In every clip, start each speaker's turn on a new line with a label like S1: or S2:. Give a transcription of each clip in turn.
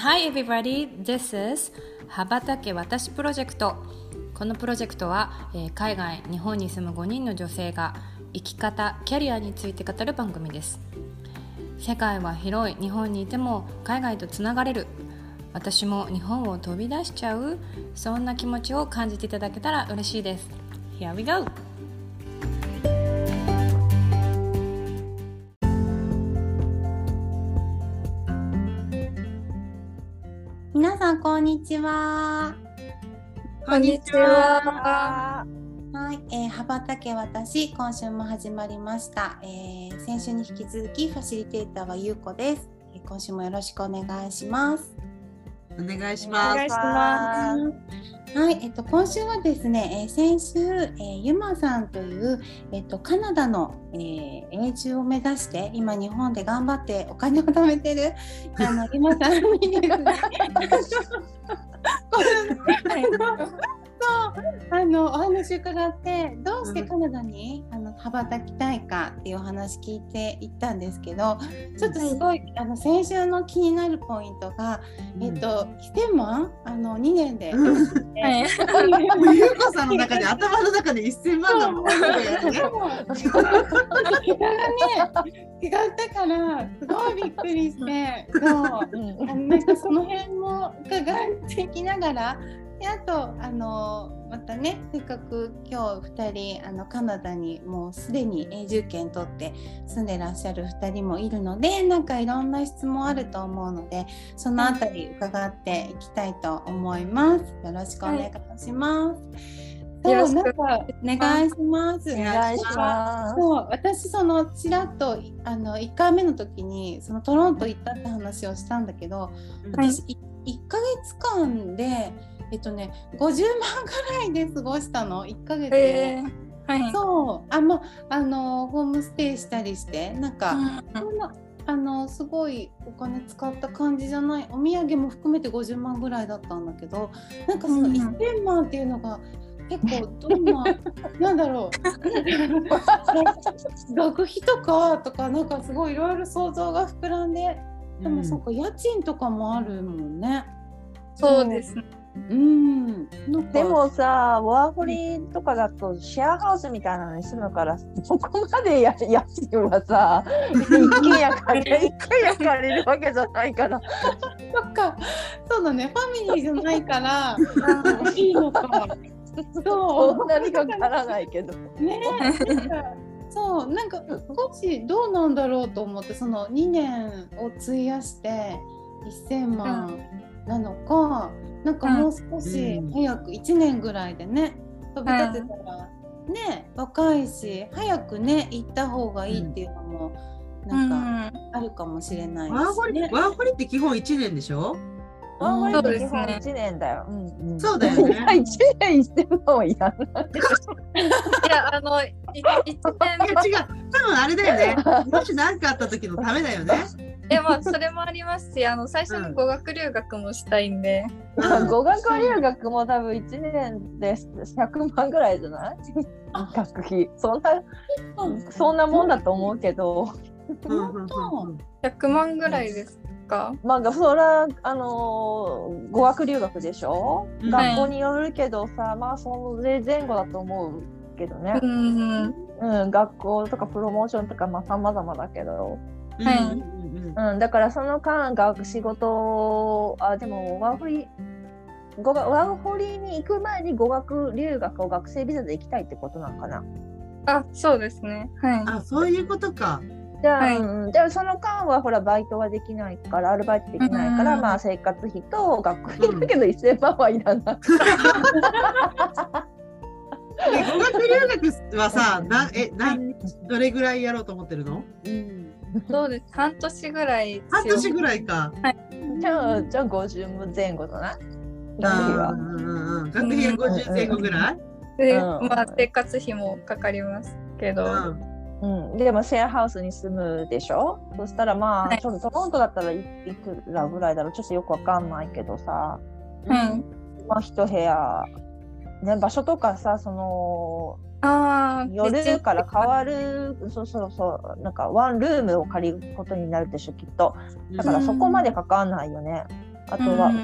S1: Hi everybody, this is 羽ばたけ私プロジェクト。このプロジェクトは、海外、日本に住む5人の女性が生き方、キャリアについて語る番組です。世界は広い、日本にいても海外とつながれる、私も日本を飛び出しちゃう、そんな気持ちを感じていただけたら嬉しいです。 Here we go!
S2: 皆さんこんにちは。
S3: こんにちは。
S2: はい、羽ばたけ私、今週も始まりました。先週に引き続きファシリテーターはゆうこです。今週もよろしくお願いします。
S3: お願いします。
S2: はい、今週はですね、先週、ゆまさんという、カナダの、永住を目指して今日本で頑張ってお金を貯めてるゆまさんにですねお話伺って、どうしてカナダに羽ばたきたいかっていうお話聞いていったんですけど、ちょっとすごい先週の気になるポイントが、1000万2年で、
S3: ゆうこさんの中で頭の中で1000万がもう
S2: 桁がね違ったからすごいびっくりして、なんかその辺も伺っていきながら、であとまたね、せっかく今日2人カナダにもうすでに永住権取って住んでらっしゃる2人もいるので、なんかいろんな質問あると思うので、そのあたり伺っていきたいと思います。よろしくお願いします。
S1: よろしく
S2: お願いします。
S3: お願いします。
S2: そう、私ちらっと1回目の時にトロント行ったって話をしたんだけど、私1ヶ月間で50万ぐらいで過ごしたの、1ヶ月で、そうホームステイしたりして、なんか、そんなすごいお金使った感じじゃない、お土産も含めて50万ぐらいだったんだけど、なんかその1000万っていうのが結構どんななんだろう学費とかなんかすごいいろいろ想像が膨らんで、でもそうか、家賃とかもあるもんね。
S1: そうですね。
S4: でもさ、ワーホリとかだとシェアハウスみたいなのに住むから、そこまで家賃はさ一軒家借りるわけじゃないから
S2: そっか、そうだね、ファミリーじゃないからいいのか。
S4: そんなにかからないけど
S2: ね。そう、なんか少しどうなんだろうと思って、その2年を費やして1000万なのか、なんかもう少し早く1年ぐらいでね、飛び立てたらね、若いし早くね行った方がいいっていうのもなんかあるかもしれないですね。
S3: ワーホリって基本1年でしょ？
S4: ワーホリって基本1年だよ。
S3: そうだよね。
S4: 1年1000万はやらない。
S1: いや、1年
S3: 違う、多分あれだよね。もし何かあった時のためだよね。
S1: でもそれもありますし、最初に語学留学もしたいんで、
S4: 語学留学も多分1年で100万ぐらいじゃない？学費そんなもんだと思うけど、
S1: 100万ぐらいですか？
S4: まあそれは語学留学でしょ、学校によるけどさ、まあそれ前後だと思うけどね。学校とかプロモーションとかまあ様々だけど、だからその間仕事でもワーホリに行く前に語学留学を学生ビザで行きたいってことなのかな。
S1: そうですね。
S3: そういうことか。
S4: じゃあその間はほらバイトはできないから、アルバイトできないから、まあ生活費と学費だけど1000万はいらない。
S3: 語学留学はさ、どれぐらいやろうと思ってるの？
S1: そうです、半年ぐらい。
S3: 半年ぐらいか。
S4: じゃあ50前後だな。
S3: 学費は50前後ぐらい
S1: で、まあ生活費もかかりますけど、
S4: でもシェアハウスに住むでしょ。そしたらまあちょっとトロントだったらいくらぐらいだろう、ちょっとよくわかんないけどさ、まあ一部屋ね、場所とかさ、夜から変わる、そうなんかワンルームを借りることになるでしょきっと。だからそこまでかかんないよね。 あとは、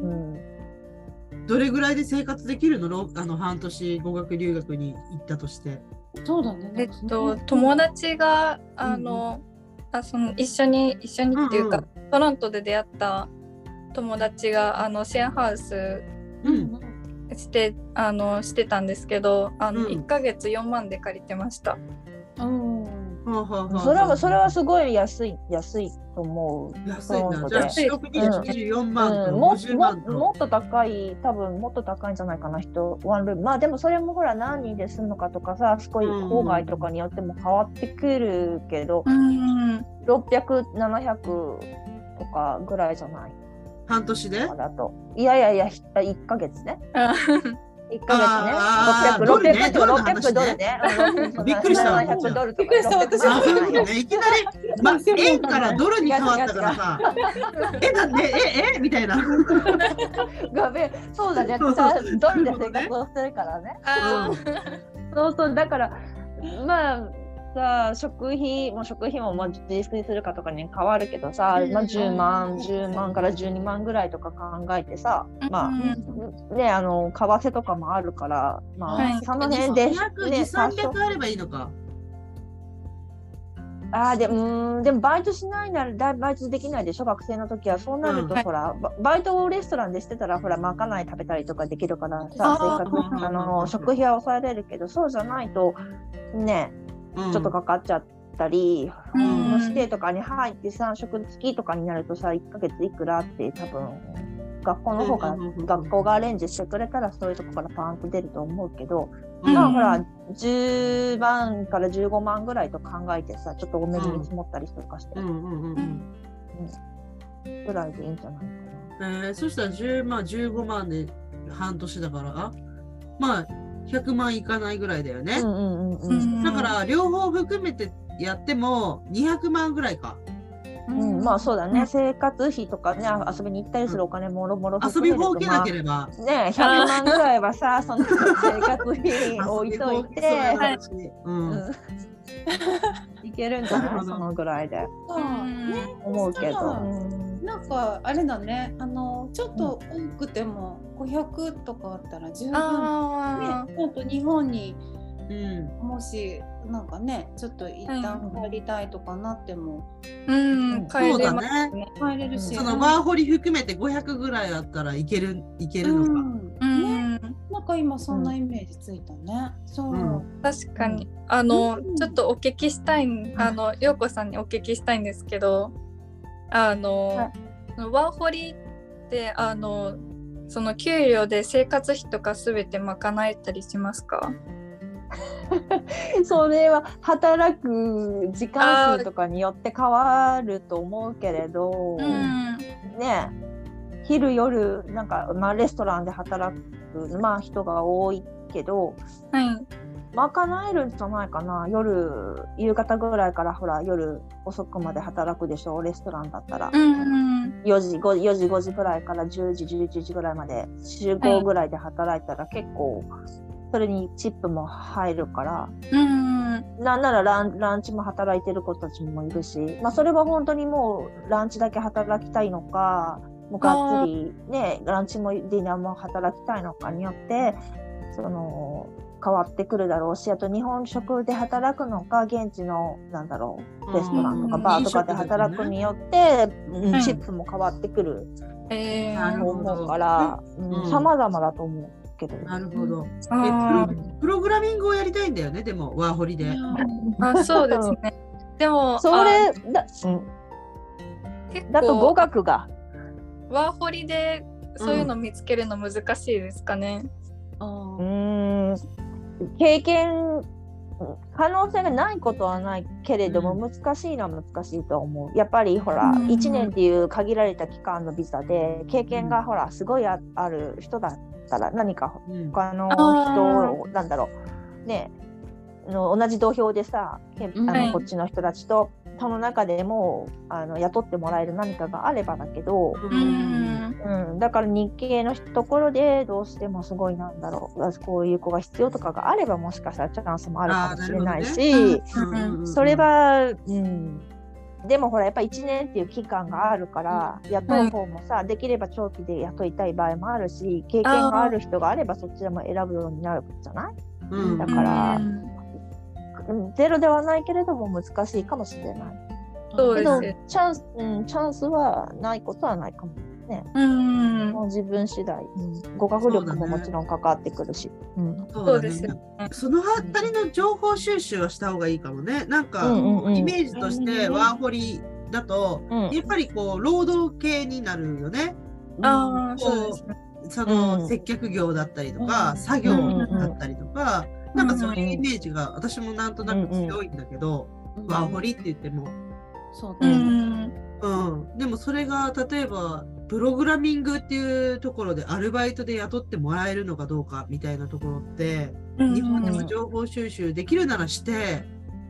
S3: どれぐらいで生活できるの？半年語学留学に行ったとして。
S2: そうだね。
S5: 友達がその一緒にっていうか、トロントで出会った友達がシェアハウスしてたんですけど、1ヶ月4万で借りてました。
S4: それはすごい安いと思う。
S3: 安いな。じゃあ24万と50万と
S4: もっと高い、多分もっと高いんじゃないかな、ワンルーム。まあでもそれもほら何人で住むのかとかさ、すごい郊外とかによっても変わってくるけど、600、700とかぐらいじゃない？
S3: 半年で？
S4: だと。いや1ヶ月ね。1ヶ月ね。600ドルね。
S3: びっくりした。
S4: 700ドルとか。
S2: びっくりした、私も。
S3: いきなり、円からドルに変わったからさ、なんで、みたいな。
S4: そうだね。ドルで生活をしてるからね。そう、だから、まあ、さあ食費も自炊するかとかに変わるけどさ、10万から12万ぐらいとか考えてさ、まあね、為替とかもあるから、まあその辺で
S3: 300あればいいのか。
S4: でもバイトしないならバイトできないでしょ、学生の時は。そうなると、ほらバイトをレストランでしてたらほらまかない食べたりとかできるからさ、食費は抑えれるけど、そうじゃないとね、ちょっとかかっちゃったり、ステイとかに入って3食付きとかになるとさ、1ヶ月いくらって多分学校の方から学校がアレンジしてくれたらそういうとこからパーンと出ると思うけど、まあほら10万から15万ぐらいと考えてさ、ちょっと多めに見積もったりとかしてぐらいでいいんじゃないかな。
S3: そしたら15万で半年だからまあ100万いかないぐらいだよね。だから両方含めてやっても200万ぐらいか。
S4: まあそうだね、生活費とかね、遊びに行ったりするお金もろもろ
S3: 遊びほうけなければ、
S4: ね、100万ぐらいはさ、その生活費置いといていけるんじゃない、そのぐらいで思うけど。
S2: なんかあれだね、ちょっと多くても500とかあったら十分ね、ちゃんと日本にもしなんかね、ちょっと一旦帰りたいとかなっても、
S3: そうだね、
S2: 帰れるし、
S3: そのワーホリ含めて500ぐらいあったらいけるのか。
S2: なんか今そんなイメージついたね。そう、
S5: 確かに。ちょっとお聞きしたい、陽子さんにお聞きしたいんですけど、ワーホリってその給料で生活費とかすべて賄えたりしますか？
S4: それは働く時間数とかによって変わると思うけれど、ね、昼夜なんか、レストランで働く、人が多いけど、賄えるんじゃないかな。夕方ぐらいからほら夜遅くまで働くでしょ、レストランだったら。4時5時ぐらいから10時11時ぐらいまで週5ぐらいで働いたら結構それにチップも入るから、なんならランチも働いてる子たちもいるし、それは本当にもうランチだけ働きたいのか、もうがっつりねランチもディナーも働きたいのかによって変わってくるだろうし、あと日本食で働くのか現地のレストランとかバーとかで働くによって、チップも変わってくると思うから様々だと思うけど。
S3: なるほど。プログラミングをやりたいんだよね、でもワーホリで。
S5: そうですね。でも
S4: それだと語学が
S5: ワーホリでそういうの見つけるの難しいですかね。
S4: 経験可能性がないことはないけれども、難しいのは難しいと思う。やっぱりほら、1年っていう限られた期間のビザで経験がほらすごいある人だったら何か他の人ね同じ土俵でさ、こっちの人たちとその中でも雇ってもらえる何かがあればだけど、だから日系のところでどうしてもすごいこういう子が必要とかがあればもしかしたらチャンスもあるかもしれないし、それは、 でもほらやっぱり1年っていう期間があるから、雇う方もさ、できれば長期で雇いたい場合もあるし、経験がある人があればそっちでも選ぶようになるじゃない、だから、ゼロではないけれども難しいかもしれない。
S5: そうです。
S4: けどチャンスはないことはないかもね。もう自分次第、語学力ももちろん関わってくるし。
S5: そうですね。
S3: そのあたりの情報収集はした方がいいかもね。なんか、イメージとしてワーホリだと、やっぱりこう労働系になるよね。
S5: そうですね。
S3: その接客業だったりとか、作業だったりとか、なんかそういうイメージが私もなんとなく強いんだけど、ワーホリって言っても。
S2: そうね。
S3: でもそれが例えばプログラミングっていうところでアルバイトで雇ってもらえるのかどうかみたいなところって、日本でも情報収集できるならして、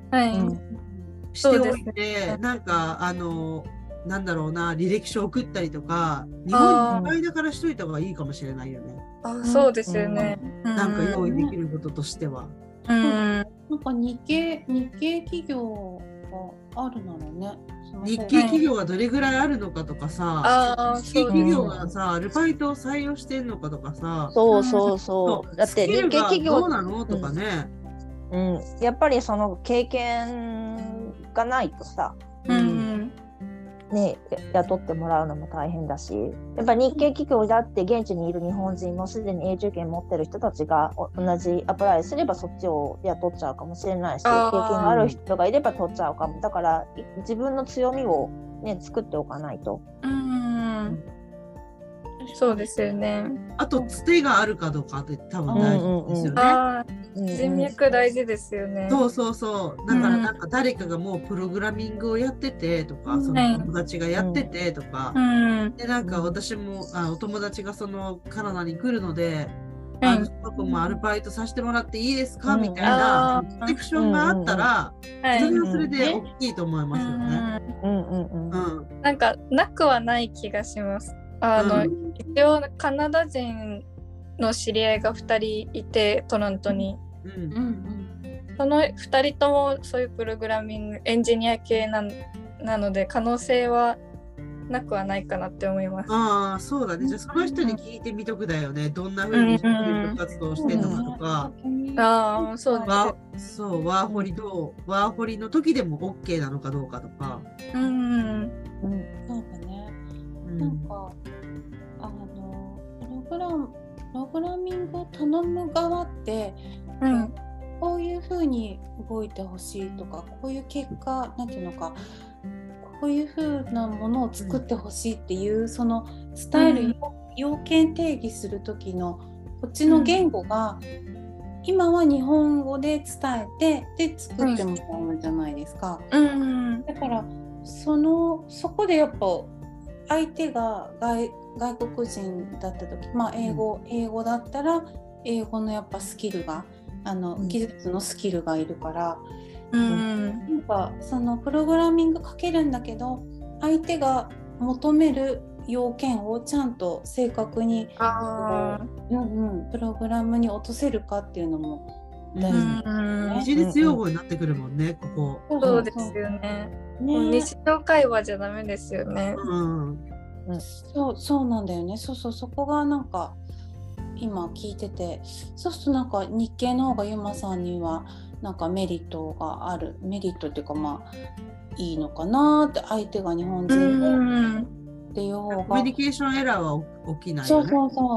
S3: しておいて、なんかなんだろうな、履歴書送ったりとか、日本に間からしといた方がいいかもしれないよね。
S5: そうですよね。
S3: なんか用意できることとしては。
S2: なんか日系企業があるならね。
S3: 日系企業がどれぐらいあるのかとかさ、日系企業がさ、アルバイトを採用してんのかとかさ、
S4: だって日系企業
S3: どうなのとかね、
S4: やっぱりその経験がないとさ、ね、雇ってもらうのも大変だし、やっぱ日系企業だって現地にいる日本人もすでに永住権持ってる人たちが同じアプライすればそっちを雇っちゃうかもしれないし、経験がある人がいれば取っちゃうかも。だから自分の強みを、ね、作っておかないと。
S5: そうですよね。
S3: あとつてがあるかどうかって多分大事ですよね。
S5: 人脈大事ですよね。
S3: そうだからなんか誰かがもうプログラミングをやっててとか、その友達がやっててとか、でなんか私もお友達がそのカナダに来るので、僕もアルバイトさせてもらっていいですかみたいなコネクションがあったら、それはそれで大きいと思いますよね。
S5: なんかなくはない気がします。一応カナダ人の知り合いが2人いて、トロントに、その2人ともそういうプログラミングエンジニア系なので可能性はなくはないかなって思います。
S3: そうだね。じゃあその人に聞いてみとくだよね。どんな風に就職活動してんのかとか、
S5: そうです。
S3: ワーホリの時でも OK なのかどうかとか。
S2: そうだね。なんかプログラミングを頼む側って、こういう風に動いてほしいとか、こういう結果なんていうのか、こういう風なものを作ってほしいっていう、そのスタイル、要件定義する時のこっちの言語が、今は日本語で伝えてで作ってもらうじゃないですか。だからそこでやっぱ相手が外国人だった時、英語だったら英語のやっぱスキルが技術のスキルがいるから、なんかそのプログラミングかけるんだけど、相手が求める要件をちゃんと正確にプログラムに落とせるかっていうのも大事ですよね。
S3: 技術用語になってくるもんね、ここ。
S5: そうですよね。日常会話じゃダメですよね。
S2: そうなんだよね。そこがなんか今聞いてて、そうするとなんか日系の方がユマさんにはなんかメリットがある、メリットっていうかいいのかなって、相手が日本人っていう方が
S3: コミュニケーションエラーは起きないよね。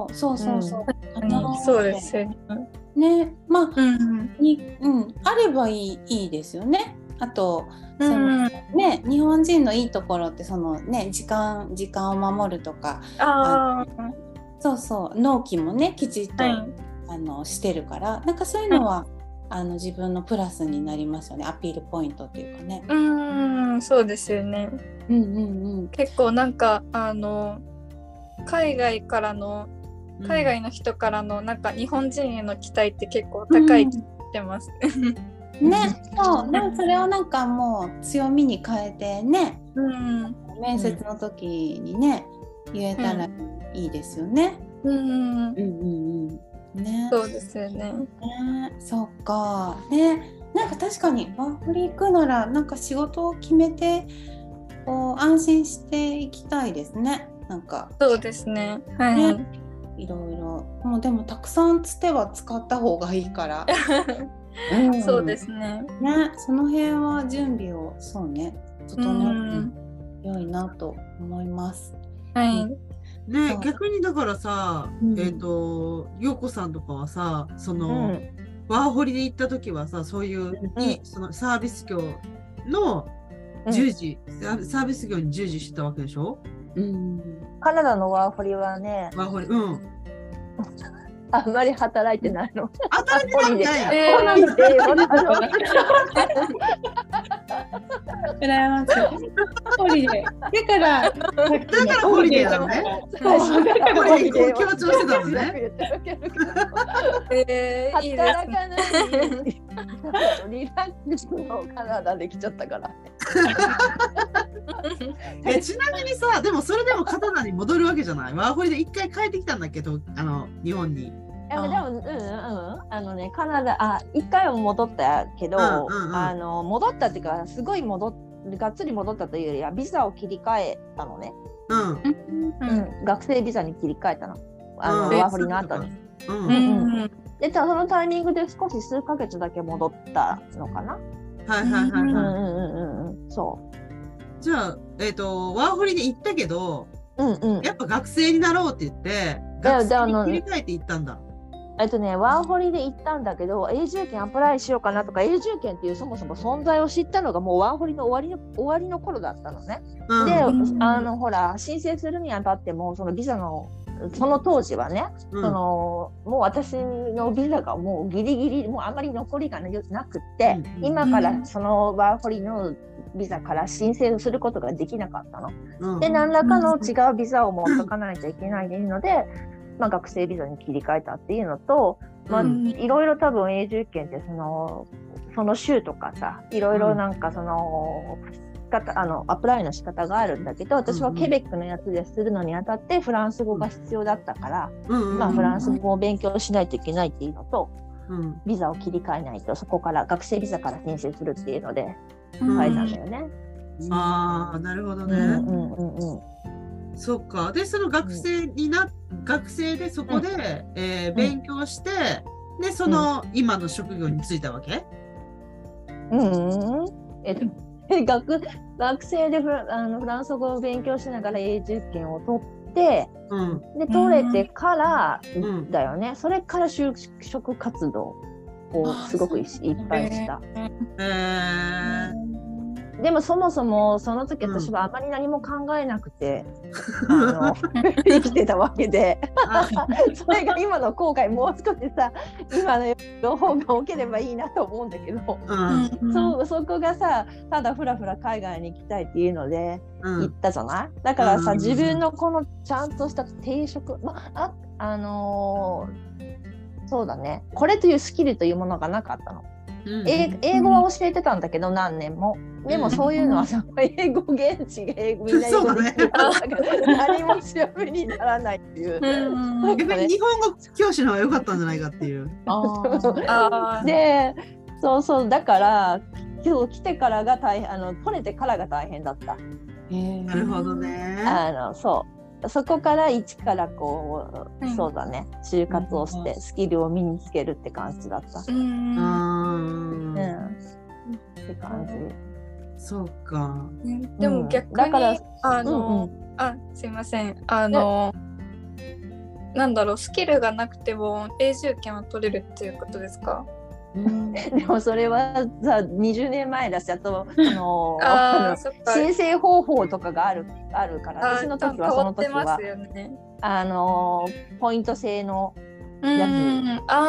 S5: そうですよ
S2: ね。あればいいですよね。あと日本人のいいところってそのね、時間を守るとか、納期もねきちっと、してるから、なんかそういうのは、自分のプラスになりますよね。アピールポイントっていうかね。
S5: そうですよね。結構なんか海外の人からのなんか日本人への期待って結構高いって言ってます。
S2: でもそれをなんかもう強みに変えてね、面接の時にね、言えたらいいですよね。
S5: そうですよね。
S2: そっかね。なんか確かにワーホリ行くならなんか仕事を決めてこう安心していきたいですね。なんか
S5: そうですね。はい。
S2: ね、いろいろもうでもたくさんつては使った方がいいから。
S5: そうですね。
S2: ね、その辺は準備をそうね整えて良いなと思います。
S5: はい。
S3: ね、逆にだからさ、陽子さんとかはさ、その、ワーホリで行った時はさ、そういう、そのサービス業の従事、サービス業に従事してたわけでしょ？
S4: カナダのワーホリはね、
S3: ワーホリ、
S4: あんまり働いてないの。
S3: 働いてない。
S2: 羨ましい。ホリデー。だから
S3: ホリデーだね。だからホリデー強調してたのね。
S4: 働かないでリラックスのカナダで来ちゃったから。
S3: ちなみにさ、でもそれでもカナダに戻るわけじゃない。ワーホリで一回帰ってきたんだけど、日本に。
S4: でもカナダ一回は戻ったけど、戻ったっていうかすごいがっつり戻ったというよりはビザを切り替えたのね。学生ビザに切り替えたの。ワーホリの後に。でそのタイミングで少し数ヶ月だけ戻ったのかな。そう。
S3: じゃあワーホリで行ったけど、やっぱ学生になろうって言って学生に切り替えて行ったんだ。
S4: ワーホリで行ったんだけど永住権アプライしようかなとか永住権っていうそもそも存在を知ったのがもうワーホリの終わりの頃だったのね。でほら申請するにあたってもそのビザのその当時はね、もう私のビザがもうギリギリもうあまり残りがなくって、今からそのワーホリのビザから申請することができなかったの。で何らかの違うビザを持っとかないといけないので、学生ビザに切り替えたっていうのと、いろいろ多分永住権ってその州とかさいろいろなんかそのアプライの仕方があるんだけど、私はケベックのやつでするのにあたってフランス語が必要だったから、フランス語を勉強しないといけないっていうのと、ビザを切り替えないとそこから学生ビザから申請するっていうので変えたんだよね。
S3: ああ、なるほどね。そっか。でその学生でそこで、勉強して、でその、今の職業に就いたわけ？学生でフランス語を勉強しながら永住権を取って、で取れてからだよね。それから就職活動をすごくいっぱいした。でもそもそもその時私はあまり何も考えなくて、生きてたわけでそれが今の後悔もう少しさ今の情報が多ければいいなと思うんだけど、そこがさただふらふら海外に行きたいっていうので行ったじゃない。だからさ自分のこのちゃんとした定職そうだね、これというスキルというものがなかったの。英語は教えてたんだけど何年も。でもそういうのはさ、英語現地英語みんな英語できるから何も調べにならないっていう。 逆に日本語教師の方が良かったんじゃないかっていう。
S4: で、そうだから今日来てからが大変、取れてからが大変だった。
S3: なるほどね。
S4: そこから一からこう、そうだね、就活をしてスキルを身につけるって感じだった。って感じ。
S3: そうか。
S5: でも逆に、
S4: だから
S5: すいません。なんだろう、スキルがなくても永住権は取れるっていうことですか？
S4: でもそれはさ20年前だし、あと申請方法とかがあるから私の時はその時は、ポイント制のやつだから、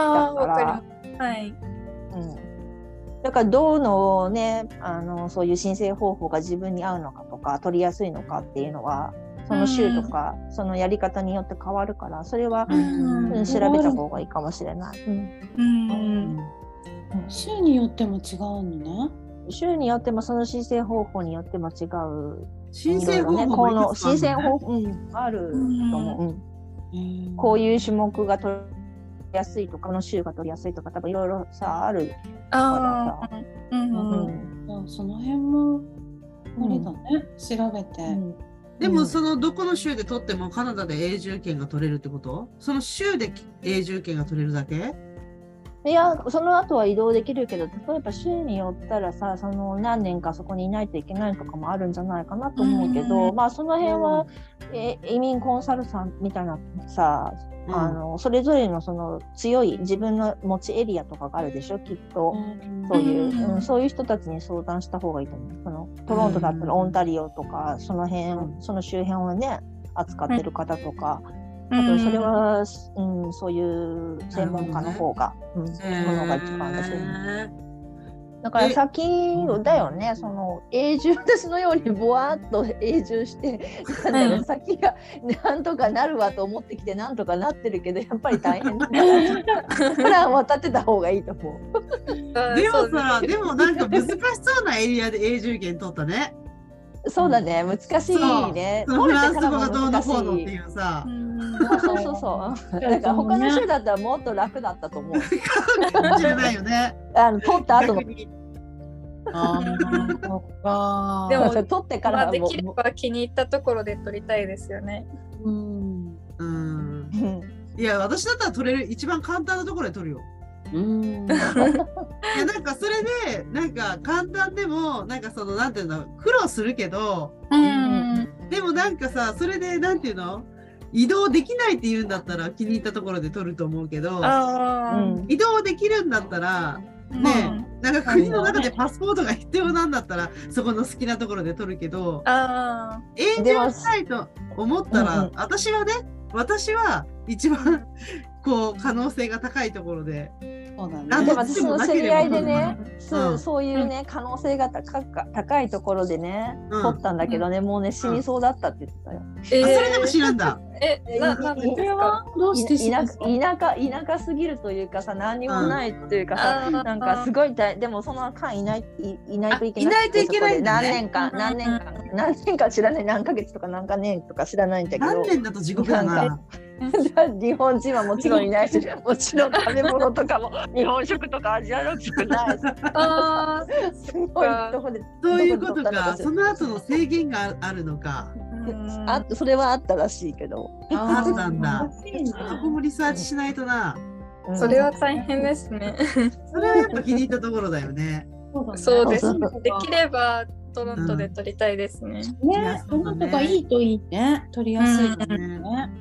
S4: だからどのねそういう申請方法が自分に合うのかとか取りやすいのかっていうのはその州とか、そのやり方によって変わるから、それは、調べた方がいいかもしれない。
S2: 州によっても違うのね。
S4: 州によってもその申請方法によっても違う。
S3: 申請方法もいくつかあるのね。
S4: 申請方法、あると思う。こういう種目が取りやすいとか、この州が取りやすいとか、多分いろいろさあるからさ。
S2: その辺もホリそうだね、調べて。
S3: でもそのどこの州で取ってもカナダで永住権が取れるってこと？その州で永住権が取れるだけ？
S4: いや、その後は移動できるけど、例えば州によったらさ、その何年かそこにいないといけないとかもあるんじゃないかなと思うけど、まあその辺は、移民コンサルタントみたいなさ、それぞれのその強い自分の持ちエリアとかがあるでしょ、きっと。そういう人たちに相談した方がいいと思う。そのトロントだったらオンタリオとか、その周辺をね、扱ってる方とか。あとそれは、そういう専門家の方が、ものが一番だし、だから先だよね、その永住、私のようにぼわっと永住して先がなんとかなるわと思ってきてなんとかなってるけど、やっぱり大変だからプランは立てた方がいいと思う。
S3: でもさ、でもなんか難しそうなエリアで永住権取ったね。
S4: そうだね、難しいね。
S3: フランス語がどうのこうのっていうさ。
S4: そうだから他の州だったらもっと楽だったと思う。
S3: かもしれないよね。
S4: 取った後の。
S5: でも
S4: 取ってから
S5: できれば気に入ったところで取りたいですよね。
S3: いや、私だったら取れる一番簡単なところで取るよ。いや、なんかそれでなんか簡単でもなんかそのなんていうの、苦労するけど、でもなんかさ、それでなんていうの、移動できないって言うんだったら気に入ったところで取ると思うけど、移動できるんだったらね、なんか国の中でパスポートが必要なんだったらそこの好きなところで取るけど、永住したいと思ったら、私は一番こう可能性が高いところで。
S2: そうだね。
S4: でも私の知り合いでね、そういうね、可能性が高いところでね、取ったんだけどね、もうね、死にそうだったって言ってたよ。
S3: それでも知るんだ。
S2: どうして
S4: 田舎すぎるというかさ、何にもないというかさ、なんかすごいでもその間いないといけない。何年か知らない、何ヶ月とか何か年とか知らないんだけど。
S3: 何年だと地獄だな。
S4: 日本人はもちろんいないし、もちろん食べ物とかも日本食とかアジア食ないし、すごいとこで。
S3: そういうことか。その後の制限があるのか。
S4: それはあったらしいけど。
S3: あったんだ。そこもリサーチしないとな。
S5: それは大変ですね。
S3: それはやっぱ気に入ったところだよね。
S5: そうです。できればトロントで取りたいですね。
S2: ね、トロントがいいといいね。取りやすいですね。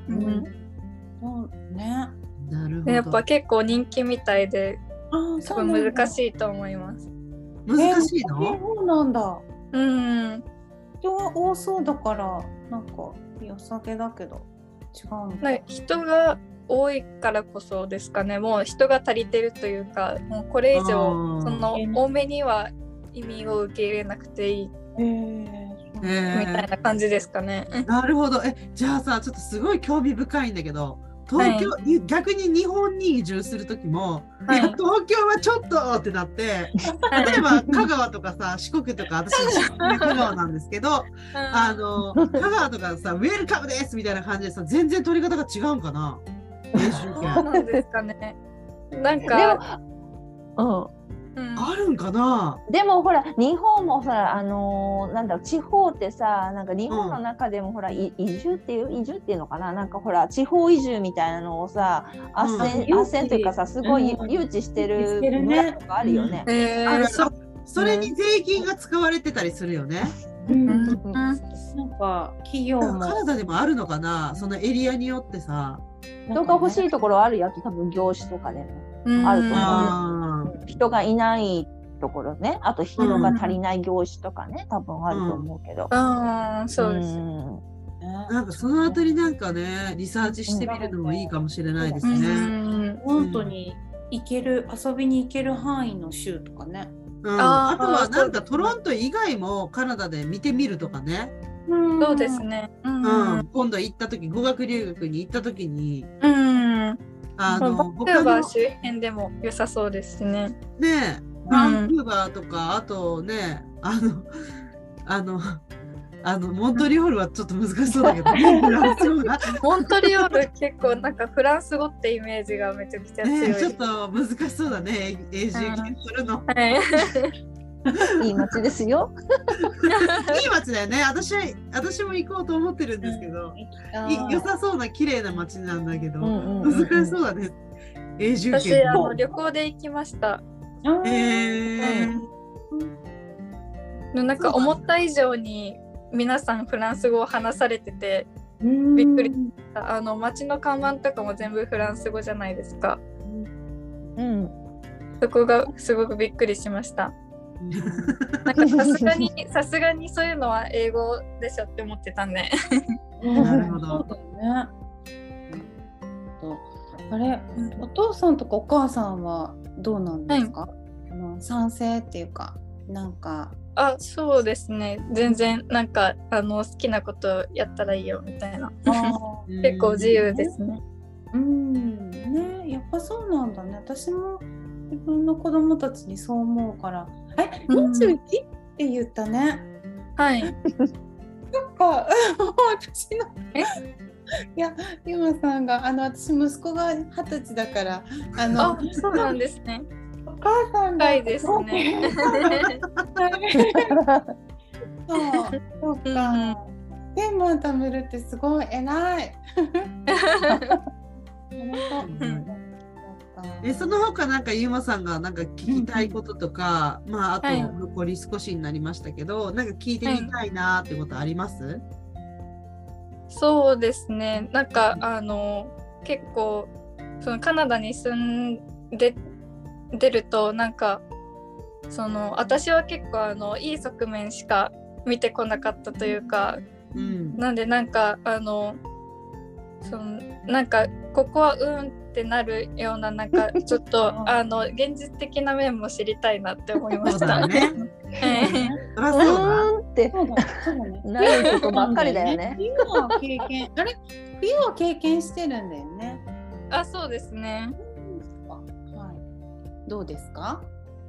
S3: なるほど。
S5: やっぱ結構人気みたいで、すごい難しいと思います。
S3: 難しいの？
S2: そうなんだ。人が多そうだからなんか良さげだけど違うのか。
S5: 人が多いからこそですかね。もう人が足りてるというか、もうこれ以上その多めには移民を受け入れなくていい。みたいな感じですかね。
S3: なるほど。じゃあさ、ちょっとすごい興味深いんだけど、東京、逆に日本に移住する時も、いや東京はちょっとってなって、例えば香川とかさ、四国とか、私香川なんですけど、香川とかさ、ウェルカムですみたいな感じでさ、全然取り方が違うんかな。
S5: そうなんですかね。なんか、
S3: あるんかな。
S4: でもほら日本もさ、なんだろう、地方ってさ、なんか日本の中でもほら、移住っていうのかな、なんかほら地方移住みたいなのをさ、斡旋というかさ、すごい誘致してる村とかあるよね。
S3: それに税金が使われてたりするよね。
S2: なんか企業も
S3: カナダでもあるのかな、そのエリアによってさ。
S4: 人が欲しいところあるやつ、多分業種とかでもあると思う。人がいないところね、あと人が足りない業種とかね、多分あると思うけど。
S5: そうです。
S3: なんかそのあたりなんかね、リサーチしてみるのもいいかもしれないですね。
S2: 本当に行ける、遊びに行ける範囲の州とかね。
S3: あとはなんかトロント以外もカナダで見てみるとかね。
S5: そうですね。
S3: 今度行った時、語学留学に行った時に、
S5: バンクーバー周辺でも良さそうですね。
S3: ねえ、バンクーバーとか、あとね、モントリオールはちょっと難しそうだけど、
S5: モントリオール結構なんかフランス語ってイメージがめちゃくちゃ強い。
S3: ちょっと難しそうだね、永住権するの。
S4: いい街ですよ。
S3: いい街だよね。私も行こうと思ってるんですけど、良さそうな綺麗な街なんだけど、難しそうだね。永住権。
S5: 私旅行で行きました。なんか思った以上に皆さんフランス語を話されててびっくりした。街の看板とかも全部フランス語じゃないですか。そこがすごくびっくりしました。なんかさすがにそういうのは英語でしょって思ってたんで。
S3: なるほど。
S2: そうだね。あれ、お父さんとかお母さんはどうなんですか？賛成っていうか、なんか。
S5: そうですね。全然なんか好きなことやったらいいよみたいな。結構自由ですね。
S2: ね、やっぱそうなんだね。私も自分の子供たちにそう思うから。21って言ったね。
S5: はい。
S2: そっか、私の。いや、ゆまさんが私息子が20歳だから
S5: そうなんですね。
S2: お母さんが
S5: はいですね。
S2: そうか。1000万貯めるってすごい偉い。
S3: その他なんかゆまさんがなんか聞きたいこととか、あと残り少しになりましたけど、なんか聞いてみたいなってことあります？
S5: そうですね。なんか結構そのカナダに住んで出るとなんか私は結構いい側面しか見てこなかったというか、なんでなんかなんかここはってなるようななんかちょっと現実的な面も知りたいなって思いました。
S3: そうだね。
S4: ってなることばっかりだよね。
S2: 冬は経験してるんだよね。
S5: そうですね。
S2: どうですか？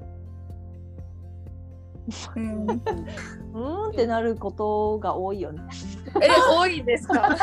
S4: ってなることが多いよね。
S5: 多いですか？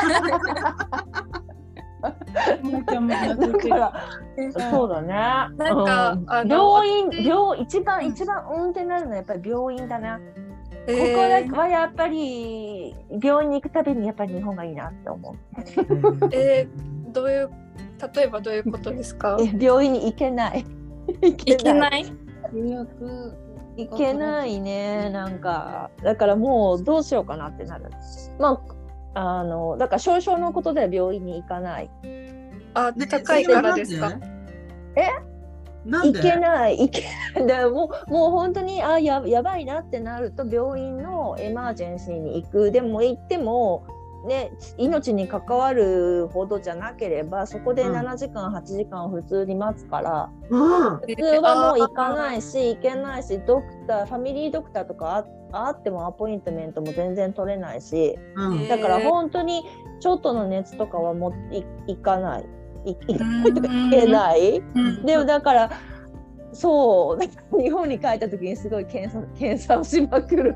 S4: そうだね。
S5: なんか、
S4: 病院一番ってなるのはやっぱり病院だな。ここはやっぱり病院に行くたびにやっぱり日本がいいなって思う。
S5: 例えばどういうことですか？
S4: 病院に行けない。
S5: 行けない？
S4: 行けないね。なんかだからもうどうしようかなってなる。だから少々のことでは病院に行かない。
S5: 高いからですか？
S3: なんで？
S4: 行けない。でもう本当にやばいなってなると病院のエマージェンシーに行く。でも行ってもね、命に関わるほどじゃなければそこで7時間8時間普通に待つから、普通はもう行かないし行けないし、ファミリードクターとかあってもアポイントメントも全然取れないし、だから本当にちょっとの熱とかはもう行かない。行けない。でもだからそう日本に帰った時にすごい検査をしまくる。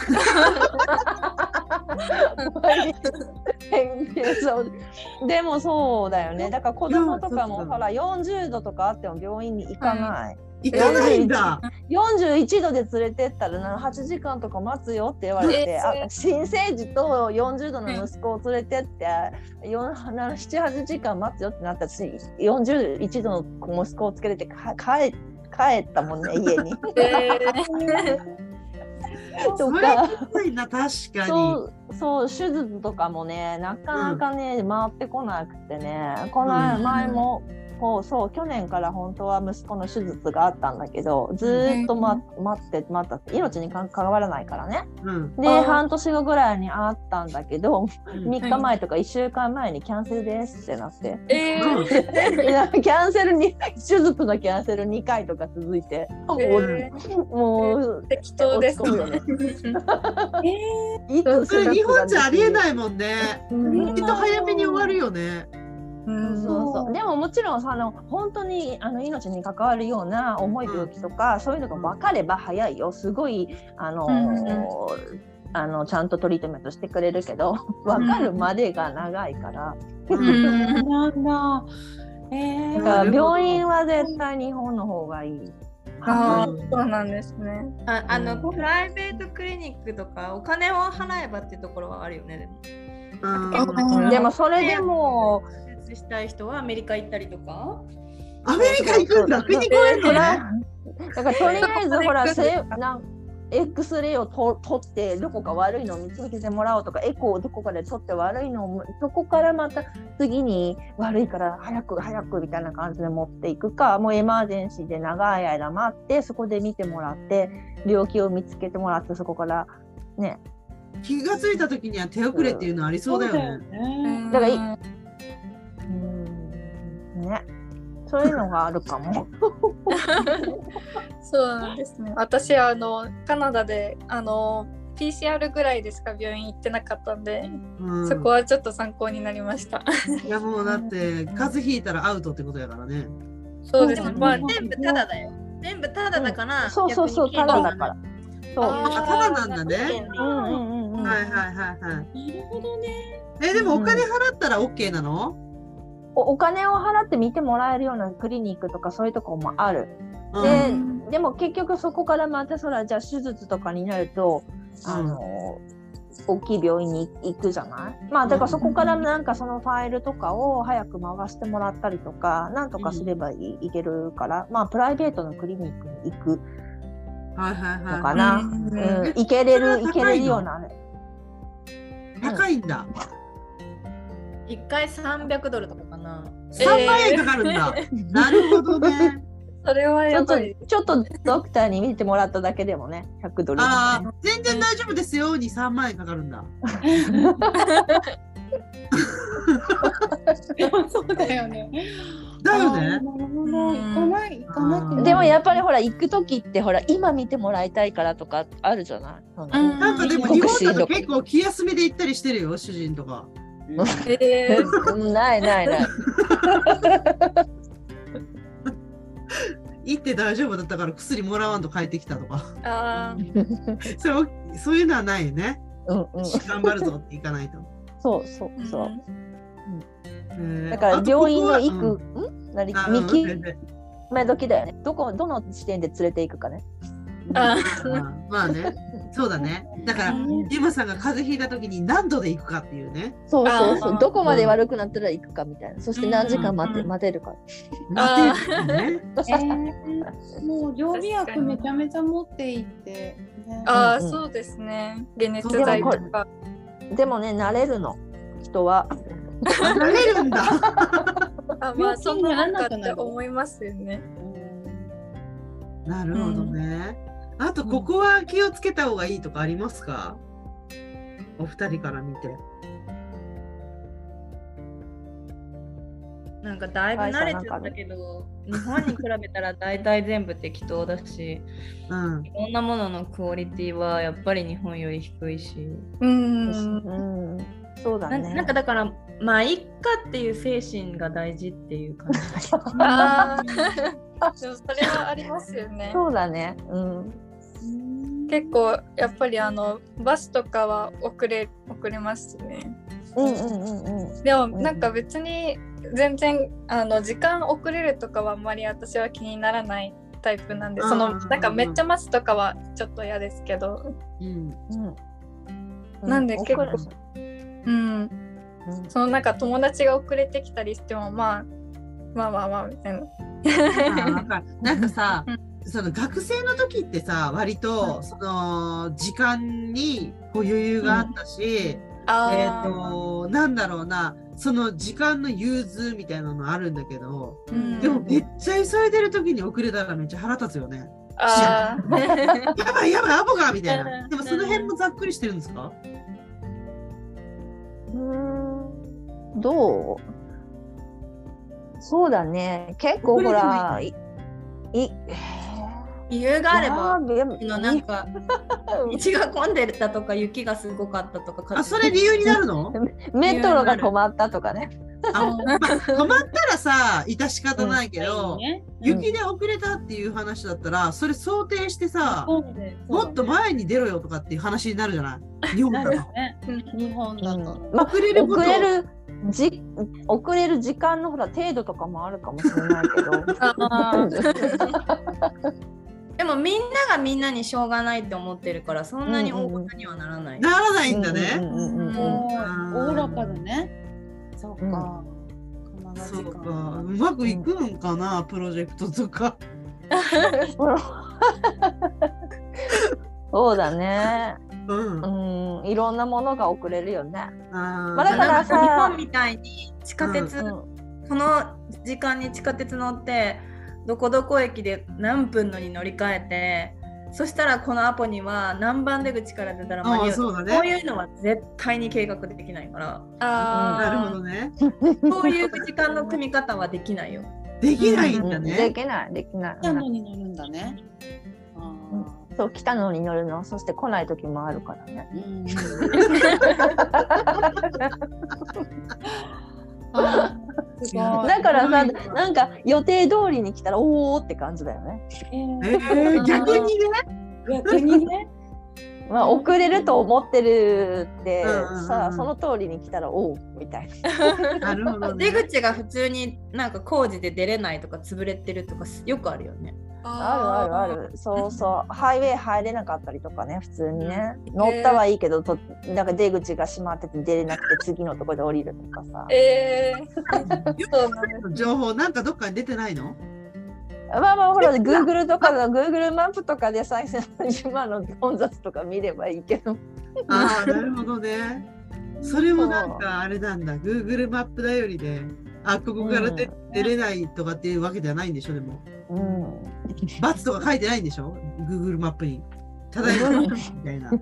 S4: でもそうだよね。だから子供とかもほら40度とかあっても病院に行かない。
S3: 行かないんだ。
S4: 41度で連れてったら8時間とか待つよって言われて、新生児と40度の息子を連れてって7、8時間待つよってなったし、41度の息子をつけて帰ったもんね、家に。
S3: それきついな、確かに。
S4: そう手術とかもね、なかなかね、回ってこなくてね、この前も去年から本当は息子の手術があったんだけど、ずっと待って命に関わらないからね、で半年後ぐらいにあったんだけど、3日前とか1週間前にキャンセルですってなって、キャンセルに手術のキャンセル2回とか続いて、もう
S5: 適当ですよね。
S3: それ日本じゃありえないもんね。きっと早めに終わるよね。
S4: そうでももちろん本当に命に関わるような重い病気とか、そういうのが分かれば早いよ。すごいちゃんとトリートメントしてくれるけど、分かるまでが長いから。
S2: なんだ。
S4: だから病院は絶対日本の方がいい。
S5: そうなんですね。
S1: プライベートクリニックとかお金を払えばっていうところはあるよね。
S4: でもそれでも
S1: 手術したい人はアメリカ行ったりとか。
S3: アメリカ行くんだ。国越えるのね。
S4: だからとりあえずほらX レイを取ってどこか悪いのを見つけてもらおうとか、エコーをどこかで取って悪いのをそこからまた次に悪いから早くみたいな感じで持っていくか、もうエマージェンシーで長い間待ってそこで見てもらって病気を見つけてもらってそこからね、
S3: 気がついた時には手遅れっていうのありそうだよね。
S4: だからね、そういうのがあるかも。
S5: そうなんですね。私カナダでPCR ぐらいでしか病院行ってなかったんで、そこはちょっと参考になりました。
S3: いやもうだって風邪ひいたらアウトってことやからね。
S5: そうですね。
S1: まあ全部タダだよ。全部タダだから。
S4: そうタダだから。そう。
S3: タダなんだね。はいはいはい。なるほどね。でもお金払ったら OK なの？
S4: お金を払って見てもらえるようなクリニックとかそういうとこもある。でも結局そこからまたじゃあ手術とかになると大きい病院に行くじゃない。まあだからそこからなんかそのファイルとかを早く回してもらったりとかなんとかすればいけるから、まあプライベートのクリニックに行くのかな。行けれるようなね。
S3: 高いんだ。
S1: 1回$300とかかな。
S3: 3万円かかるんだ。なるほどね。
S5: それはやっぱり
S4: ちょっとドクターに見てもらっただけでもね、$100、ね。
S3: 全然大丈夫ですよに3万円かかるんだ。
S2: そうだよね。
S3: だよね。
S2: 行かなくて。
S4: でもやっぱりほら行く時ってほら今見てもらいたいからとかあるじゃない。
S3: なんかでも日本だと結構気休めで行ったりしてるよ、主人とか。
S4: ない。
S3: 行って大丈夫だったから薬もらわんと帰ってきたとか。そういうのはないよね。頑張るぞって行かないと。
S4: そう。だから病院の行く見極め時だよね。どの時点で連れて行くかね。
S3: まあね。そうだね。だからユマさんが風邪ひいた時に何度で行くかっていうね。
S4: そうどこまで悪くなったら行くかみたいな。そして何時間待てるか。
S3: 待てるね。
S2: もう常備薬めちゃめちゃ持っていって。
S5: そうですね。解熱剤とか。
S4: でもね慣れるの人は。
S3: 慣れるんだ。
S5: まあそんななんかって思いますよね。
S3: なるほどね。あとここは気をつけた方がいいとかありますか？お二人から見て。
S1: なんかだいぶ慣れちゃったけど、日本に比べたら大体全部適当だし、いろんなもののクオリティはやっぱり日本より低いし。
S4: そうだね。
S1: なんかだからまあいっかっていう精神が大事っていう感じ。
S5: でもそれはありますよね。
S4: そうだね。
S5: 結構やっぱりバスとかは遅れますね。でもなんか別に全然時間遅れるとかはあんまり私は気にならないタイプなんで、なんかめっちゃ待つとかはちょっと嫌ですけど。なんで結構そのなんか友達が遅れてきたりしてもまあみたいな。
S3: なんかさ、その学生の時ってさ割とその時間に余裕があったし、なんだろうな、その時間の融通みたいなのあるんだけど、でもめっちゃ急いでる時に遅れたらめっちゃ腹立つよね。やばいアボがみたいな。でもその辺もざっくりしてるんですか？
S4: どう？そうだね。結構ほら
S1: 理由があればなんか道が混んでたとか雪がすごかったとか。
S3: それ理由になるの？
S4: メトロが止まったとかね。
S3: 止まったらさ致し方ないけど、
S2: ね、
S3: 雪で遅れたっていう話だったらそれ想定してさ、もっと前に出ろよとかっていう話になるじゃない、日本だと。
S2: 日本だと、
S4: 遅れる時間のほら程度とかもあるかもしれないけど
S1: でもみんながみんなにしょうがないって思ってるからそんなに大ごとにはならない、
S3: ならないんだね。
S2: おおらかだね。そうか、
S3: そうか、うまくいくんかな、プロジェクトとか。
S4: そうだね。いろんなものが遅れるよね。
S1: だからさ、日本みたいに地下鉄、この時間に地下鉄乗ってどこどこ駅で何分のに乗り換えて、そしたらこのアポには何番出口から出たら間に合う。そういうのは絶対に計画できないから。
S3: なるほどね。
S1: そういう時間の組み方はできないよ。
S3: できないんだね。
S4: できない。
S2: 来たのに乗るんだね。
S4: そう来たのに乗るの、そして来ない時もあるからね。だからさ、なんか予定通りに来たらおおって感じだよね。
S3: 逆に
S2: ね。
S4: まあ遅れると思ってるってさ、その通りに来たらおおみたい
S3: な。なるほど
S1: ね。出口が普通になんか工事で出れないとか潰れてるとかよくあるよね。
S4: ある。そうそう。ハイウェイ入れなかったりとかね、普通にね。乗ったはいいけど、なんか出口が閉まってて出れなくて次のところで降りるとかさ。
S3: 情報なんかどっかに出てないの？
S4: まあほらGoogle とかのGoogle マップとかで最初の今の混雑とか見ればいいけど。
S3: なるほどね。それもなんかあれなんだ。Google マップ頼りで、ここから出れないとかっていうわけではないんでしょ、でも。バツとか書いてないんでしょ Google マップに。ただいまみたいな。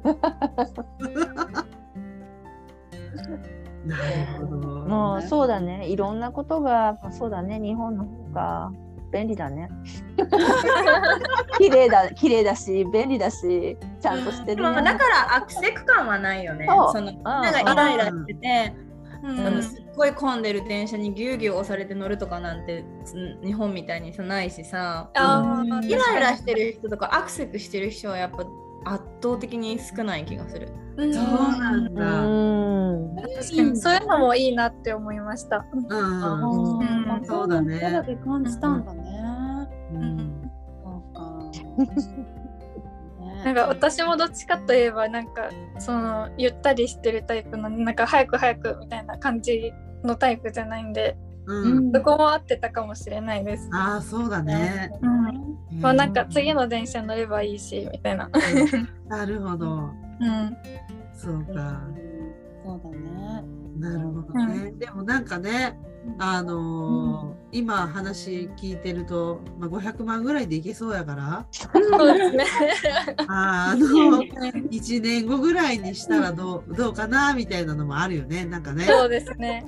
S3: なるほど。
S4: もうそうだね。いろんなことがそうだね。日本の方が便利だね。綺麗だし便利だしちゃんとしてる、ね。
S1: だからアクセク感はないよね。そのみんながイライラしてて。すっごい混んでる電車にぎゅうぎゅう押されて乗るとかなんて日本みたいにないしさ、イライラしてる人とかアクセクしてる人はやっぱ圧倒的に少ない気がする。
S3: そうなんだ。
S5: 確かにそういうのもいいなって思いました。
S3: そうだね。
S2: それだけ感じたんだね。そうか。
S5: なんか私もどっちかといえばなんかそのゆったりしてるタイプのなんか早くみたいな感じのタイプじゃないんで、そこも合ってたかもしれないです。
S3: そうだね。
S5: まあなんか次の電車乗ればいいしみたいな。
S3: なるほど。そうか。
S2: そうだね。
S3: なるほどね。でもなんかね。今話聞いてると、500万ぐらいでいけそうやから
S5: そうですね。
S3: 1年後ぐらいにしたらどうかなみたいなのもあるよね、なんかね。
S5: そうですね。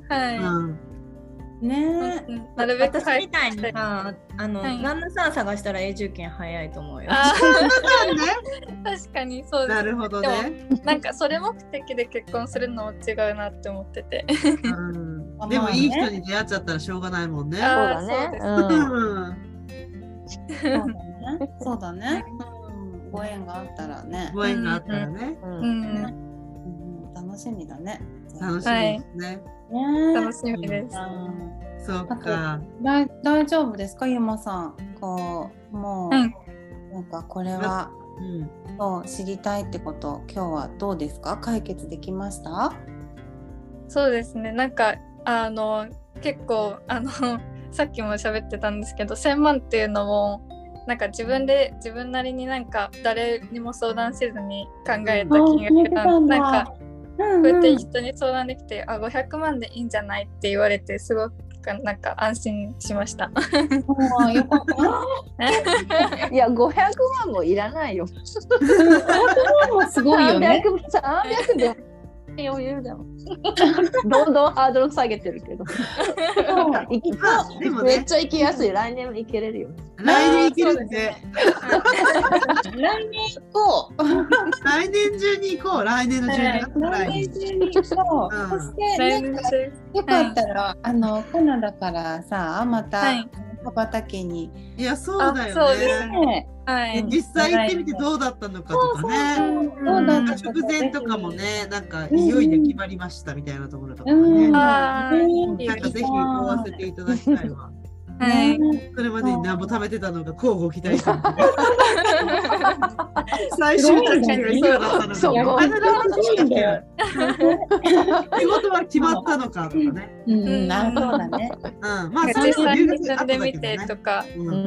S2: ね、
S5: なるべく
S1: 私みたいにさ、旦那さん探したら永住権早いと思うよ。
S5: 確かにそうです。
S3: なるほどね。
S5: なんかそれ目的で結婚するのも違うなって思ってて。
S3: でもいい人に出会っちゃったらしょうがないもんね。そう
S4: だね。
S2: そうだね。ご縁があったらね。楽しみだね。
S3: 楽しみですね。
S5: 楽しみです。
S3: そうか。
S2: 大丈夫ですか、ゆまさん。もうなんかこれは知りたいってこと今日はどうですか？解決できました？
S5: そうですね。なんか結構さっきも喋ってたんですけど、1000万っていうのもなんか自分なりになんか誰にも相談せずに考えた金額なんかこうやって人に相談できて500万でいいんじゃないって言われてすごくなんか安心しました。
S2: よかった。
S4: いや500万もいらないよ。
S2: 500万もすごいよね。
S4: 300で余裕だもん。どんどんハードル下げてるけど。めっちゃ行きやすい。来年も行けれるよ。
S3: 来年行けるんで。
S2: 来年行こう。
S3: 来年中に行こう。来年の12月ぐらいに。
S2: 来年中に行こう。そしてなんかよかったら、カナダからさまた羽ばたけに。
S3: いやそうだよね。
S5: そうですね。
S3: 実際行ってみてどうだったのかとかね。直前とかもね、なんかいよいよ決まりましたみたいなところとかね。なんかぜひ追わせていただきたいわ。それまでに何も食べてたのが交互期待して最終的にいくらだったのか、お金の話だけ仕事は決まったのかとかね。
S2: そうだね。
S5: まあ実際に住んでみてとか。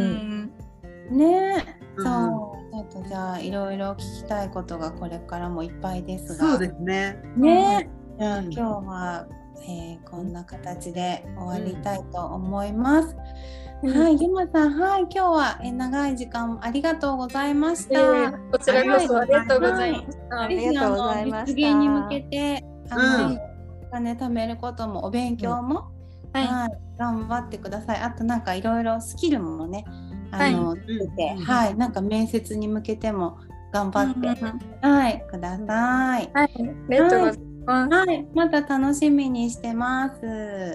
S2: ね、そうちょっとじゃあいろいろ聞きたいことがこれからもいっぱいですが。
S3: そうですね。
S2: ね、じゃあ今日はこんな形で終わりたいと思います。はい、ゆまさん、はい、今日は長い時間ありがとうございました。
S5: こちらこそありがとうございました。
S4: ありがとうございました。
S2: 実現に向けてお金貯めることもお勉強も、頑張ってください。あとなんかいろいろスキルもね、つけて、なんか面接に向けても頑張って、ください。
S5: ありがとうございます。
S2: また楽しみにしてます。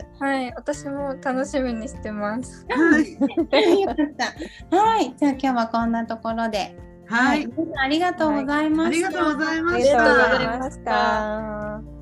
S5: 私も楽しみにしてます。
S2: よかった。じゃあ今日はこんなところで。ありがとうございました。
S3: ありがとうございま
S4: した。